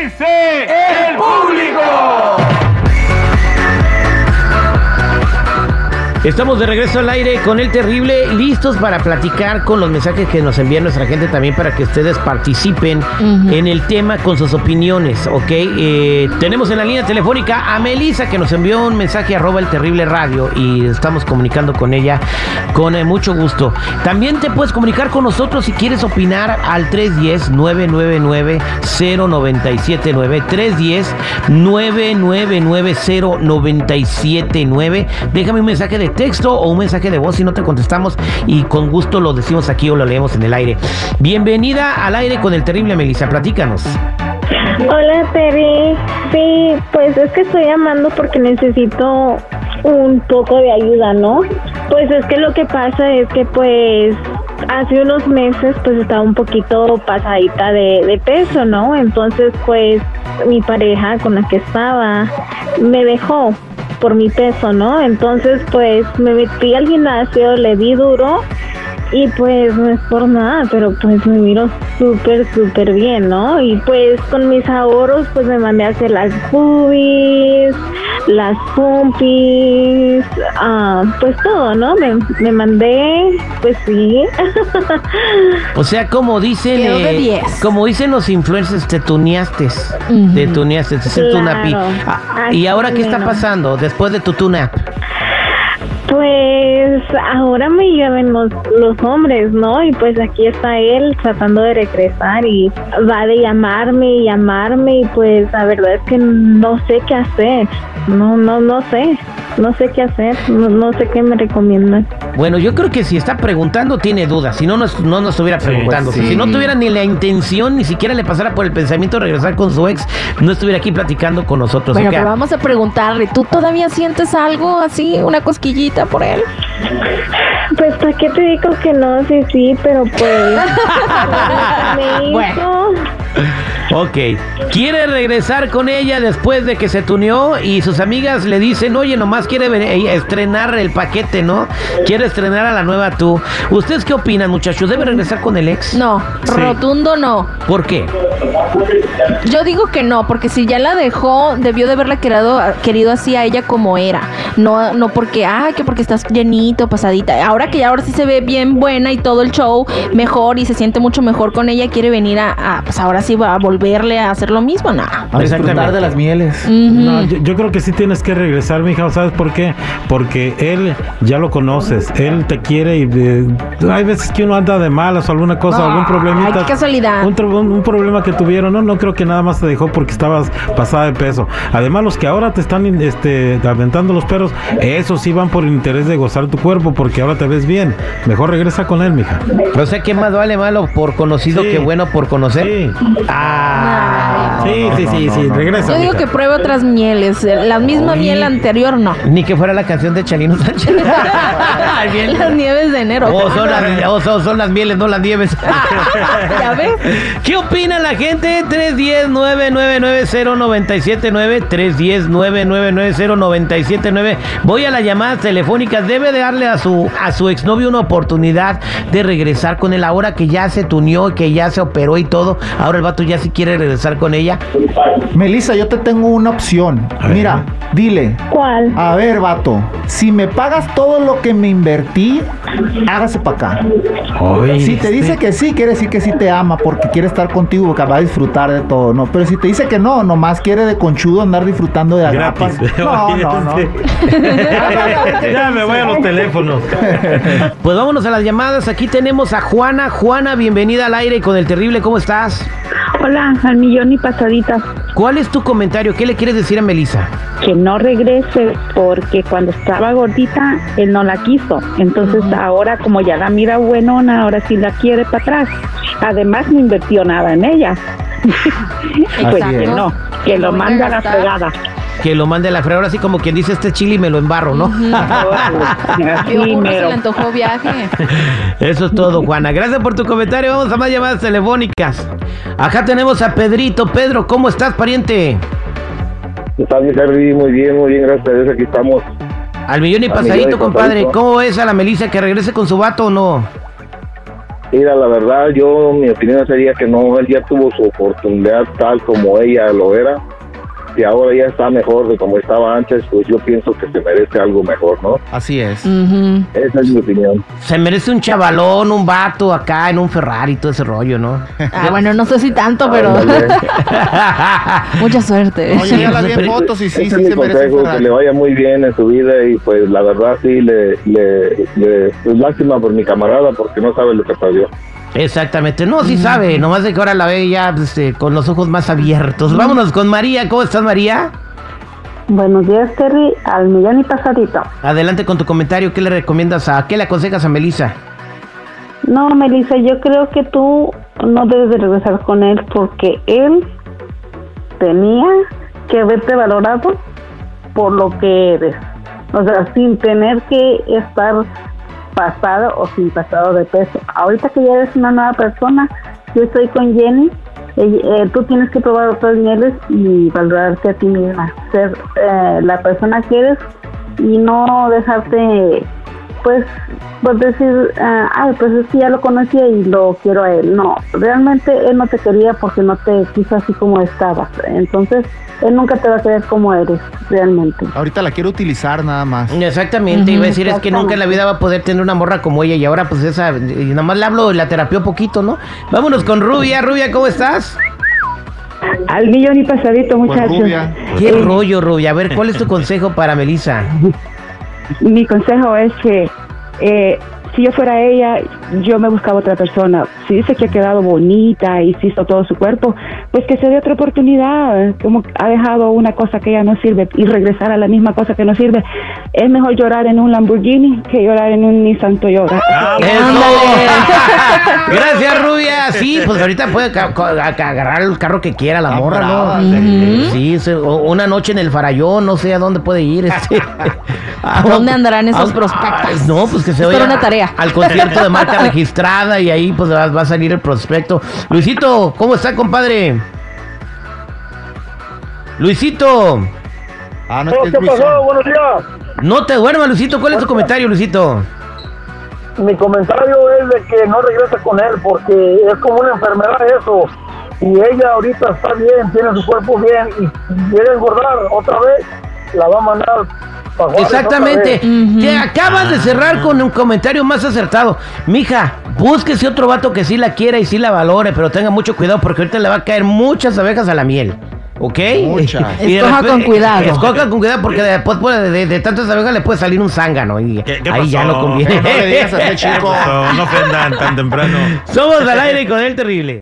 dice el público? Estamos de regreso al aire con El Terrible, listos para platicar con los mensajes que nos envía nuestra gente también para que ustedes participen en el tema con sus opiniones, ¿ok? Tenemos en la línea telefónica a Melissa que nos envió un mensaje @El Terrible Radio y estamos comunicando con ella con mucho gusto. También te puedes comunicar con nosotros si quieres opinar al 310-999-0979, 310-999-0979. Déjame un mensaje de texto o un mensaje de voz si no te contestamos y con gusto lo decimos aquí o lo leemos en el aire. Bienvenida al aire con El Terrible, Melissa, platícanos. Hola, Terry. Sí, pues es que estoy llamando porque necesito un poco de ayuda, ¿no? Pues es que lo que pasa es que pues hace unos meses pues estaba un poquito pasadita de peso, ¿no? Entonces pues mi pareja con la que estaba me dejó por mi peso, ¿no? Entonces pues me metí al gimnasio, le di duro y pues no es por nada, pero pues me miro súper bien, ¿no? Y pues con mis ahorros pues me mandé a hacer las boobies, las pompis, pues todo, ¿no? Me mandé, pues sí. O sea, como dicen los influencers, te tuneaste, te tunapi. ¿Y ahora qué está pasando después de tu tune-up? Pues ahora me llevan los hombres, ¿no? Y pues aquí está él tratando de regresar y va de llamarme y pues la verdad es que no sé qué hacer. No sé qué hacer, no sé qué me recomiendan. Bueno, yo creo que si está preguntando tiene dudas, si no nos estuviera preguntando. Pues sí. Si no tuviera ni la intención, ni siquiera le pasara por el pensamiento de regresar con su ex, no estuviera aquí platicando con nosotros. Bueno, pero vamos a preguntarle, ¿tú todavía sientes algo así, una cosquillita por él? Pues ¿para qué te digo que no? Sí, pero pues me hizo... Ok, quiere regresar con ella después de que se tuneó y sus amigas le dicen, oye, nomás quiere estrenar el paquete, ¿no? Quiere estrenar a la nueva tú. ¿Ustedes qué opinan, muchachos? ¿Debe regresar con el ex? No, sí. Rotundo no. ¿Por qué? Yo digo que no, porque si ya la dejó, debió de haberla querido así a ella como era. No porque, porque estás llenito, pasadita. Ahora sí se ve bien buena y todo el show mejor y se siente mucho mejor con ella, quiere venir pues ahora sí va a volverle a hacer lo mismo, no. A disfrutar de las mieles. No, yo creo que sí tienes que regresar, mija. ¿Sabes por qué? Porque él ya lo conoces, él te quiere y hay veces que uno anda de malas o alguna cosa, algún problemita. Qué casualidad. Un problema que tuvieron, no creo que nada más te dejó porque estabas pasada de peso. Además, los que ahora te están aventando los perros, esos sí van por el interés de gozar tu cuerpo porque ahora te ves bien. Mejor regresa con él, mija. O sea, ¿qué más vale malo por conocido que bueno por conocer? Sí. Sí, regresa. Yo digo que pruebe otras mieles. La misma miel anterior, no. Ni que fuera la canción de Chalino Sánchez. Las nieves de enero. Son las mieles, no las nieves. ¿Ya ves? ¿Qué opina la gente? 310-999-0979, 310-999-0979. Voy a las llamadas telefónicas. Debe de darle a su exnovio una oportunidad de regresar con él ahora que ya se tuneó, que ya se operó y todo. Ahora el vato ya sí quiere regresar con ella. Melissa, yo te tengo una opción. Mira, dile. ¿Cuál? A ver, vato, si me pagas todo lo que me invertí, hágase para acá. Si te dice que sí, quiere decir que sí te ama porque quiere estar contigo, porque va a disfrutar de todo, ¿no? Pero si te dice que no, nomás quiere de conchudo andar disfrutando de la grapa. No. Ya me voy a los teléfonos. Pues vámonos a las llamadas. Aquí tenemos a Juana. Juana, bienvenida al aire con El Terrible. ¿Cómo estás? Hola, al millón y pasadita. ¿Cuál es tu comentario? ¿Qué le quieres decir a Melissa? Que no regrese porque cuando estaba gordita, él no la quiso. Entonces ahora como ya la mira buenona, ahora sí la quiere para atrás. Además no invirtió nada en ella. Pues que no, que lo mande a la fregada. Que lo mande a la fregada, así como quien dice este chile y me lo embarro, ¿no? Se le antojó viaje. Eso es todo, Juana. Gracias por tu comentario. Vamos a más llamadas telefónicas. Acá tenemos a Pedrito. Pedro, ¿cómo estás, pariente? Está bien, Harry, muy bien, gracias a Dios, aquí estamos. Al millón y pasadito, compadre. ¿Cómo ves a la Melissa que regrese con su vato o no? Mira, la verdad, mi opinión sería que no, él ya tuvo su oportunidad tal como ella lo era, y ahora ya está mejor de como estaba antes, pues yo pienso que se merece algo mejor, ¿no? Así es. Esa es mi opinión. Se merece un chavalón, un vato acá en un Ferrari y todo ese rollo, ¿no? Bueno, no sé si tanto, pero mucha suerte. Oye, ya la vi en fotos y sí, Ese sí es mi se merece consejo, Ferrari. que le vaya muy bien en su vida, y pues la verdad sí, pues lástima por mi camarada porque no sabe lo que pasó. Exactamente, no, sí sabe, nomás de que ahora la ve ya con los ojos más abiertos. Vámonos con María, ¿cómo estás, María? Buenos días, Terry, al millón y pasadito. Adelante con tu comentario, ¿qué le recomiendas qué le aconsejas a Melissa? No, Melissa, yo creo que tú no debes de regresar con él porque él tenía que haberte valorado por lo que eres. O sea, sin tener que estar pasado o sin pasado de peso. Ahorita que ya eres una nueva persona, yo estoy con Jenny, tú tienes que probar otros niveles y valorarte a ti misma, ser la persona que eres y no dejarte pues decir, pues es que ya lo conocía y lo quiero a él. No, realmente él no te quería porque no te quiso así como estabas. Entonces, él nunca te va a querer como eres, realmente. Ahorita la quiero utilizar nada más. Exactamente, iba a decir, es que nunca en la vida va a poder tener una morra como ella y ahora pues esa, y nada más le hablo, la terapió poquito, ¿no? Vámonos con Rubia, ¿cómo estás? Al millón y pasadito, Pues, muchachos. Rubia. ¿Qué rollo, Rubia? A ver, ¿cuál es tu consejo para Melissa? Mi consejo es que si yo fuera ella, yo me buscaba otra persona. Si dice que ha quedado bonita y se hizo todo su cuerpo, pues que se dé otra oportunidad. Como ha dejado una cosa que ya no sirve y regresar a la misma cosa que no sirve. Es mejor llorar en un Lamborghini que llorar en un Nissan Toyota. Gracias, Rubia. Sí, pues ahorita puede agarrar el carro que quiera la morra, brava, ¿no? Sí, una noche en el Farallón, no sé a dónde puede ir. ¿A dónde andarán esos prospectos? No, pues que se Es vaya para una tarea. al concierto de marca registrada y ahí pues va a salir el prospecto. Luisito, ¿cómo está, compadre? Luisito. No, es que es ¿Qué Luisón. pasó? Buenos días. No te duermas, Luisito. ¿Cuál es tu comentario, Luisito? Mi comentario es de que no regrese con él porque es como una enfermedad eso. Y ella ahorita está bien, tiene su cuerpo bien, y si quiere engordar otra vez, la va a mandar para Juárez. Exactamente. Otra vez. Te acabas de cerrar con un comentario más acertado. Mija, búsquese otro vato que sí la quiera y sí la valore, pero tenga mucho cuidado porque ahorita le va a caer muchas abejas a la miel. ¿Ok? Muchas. Y de Escoja repente- con cuidado. Escoja con cuidado porque después de tantas abejas le puede salir un zángano. Y ¿Qué ahí ya pasó? no conviene. No le digas así, chico. No ofendan tan temprano. Somos al aire con el terrible.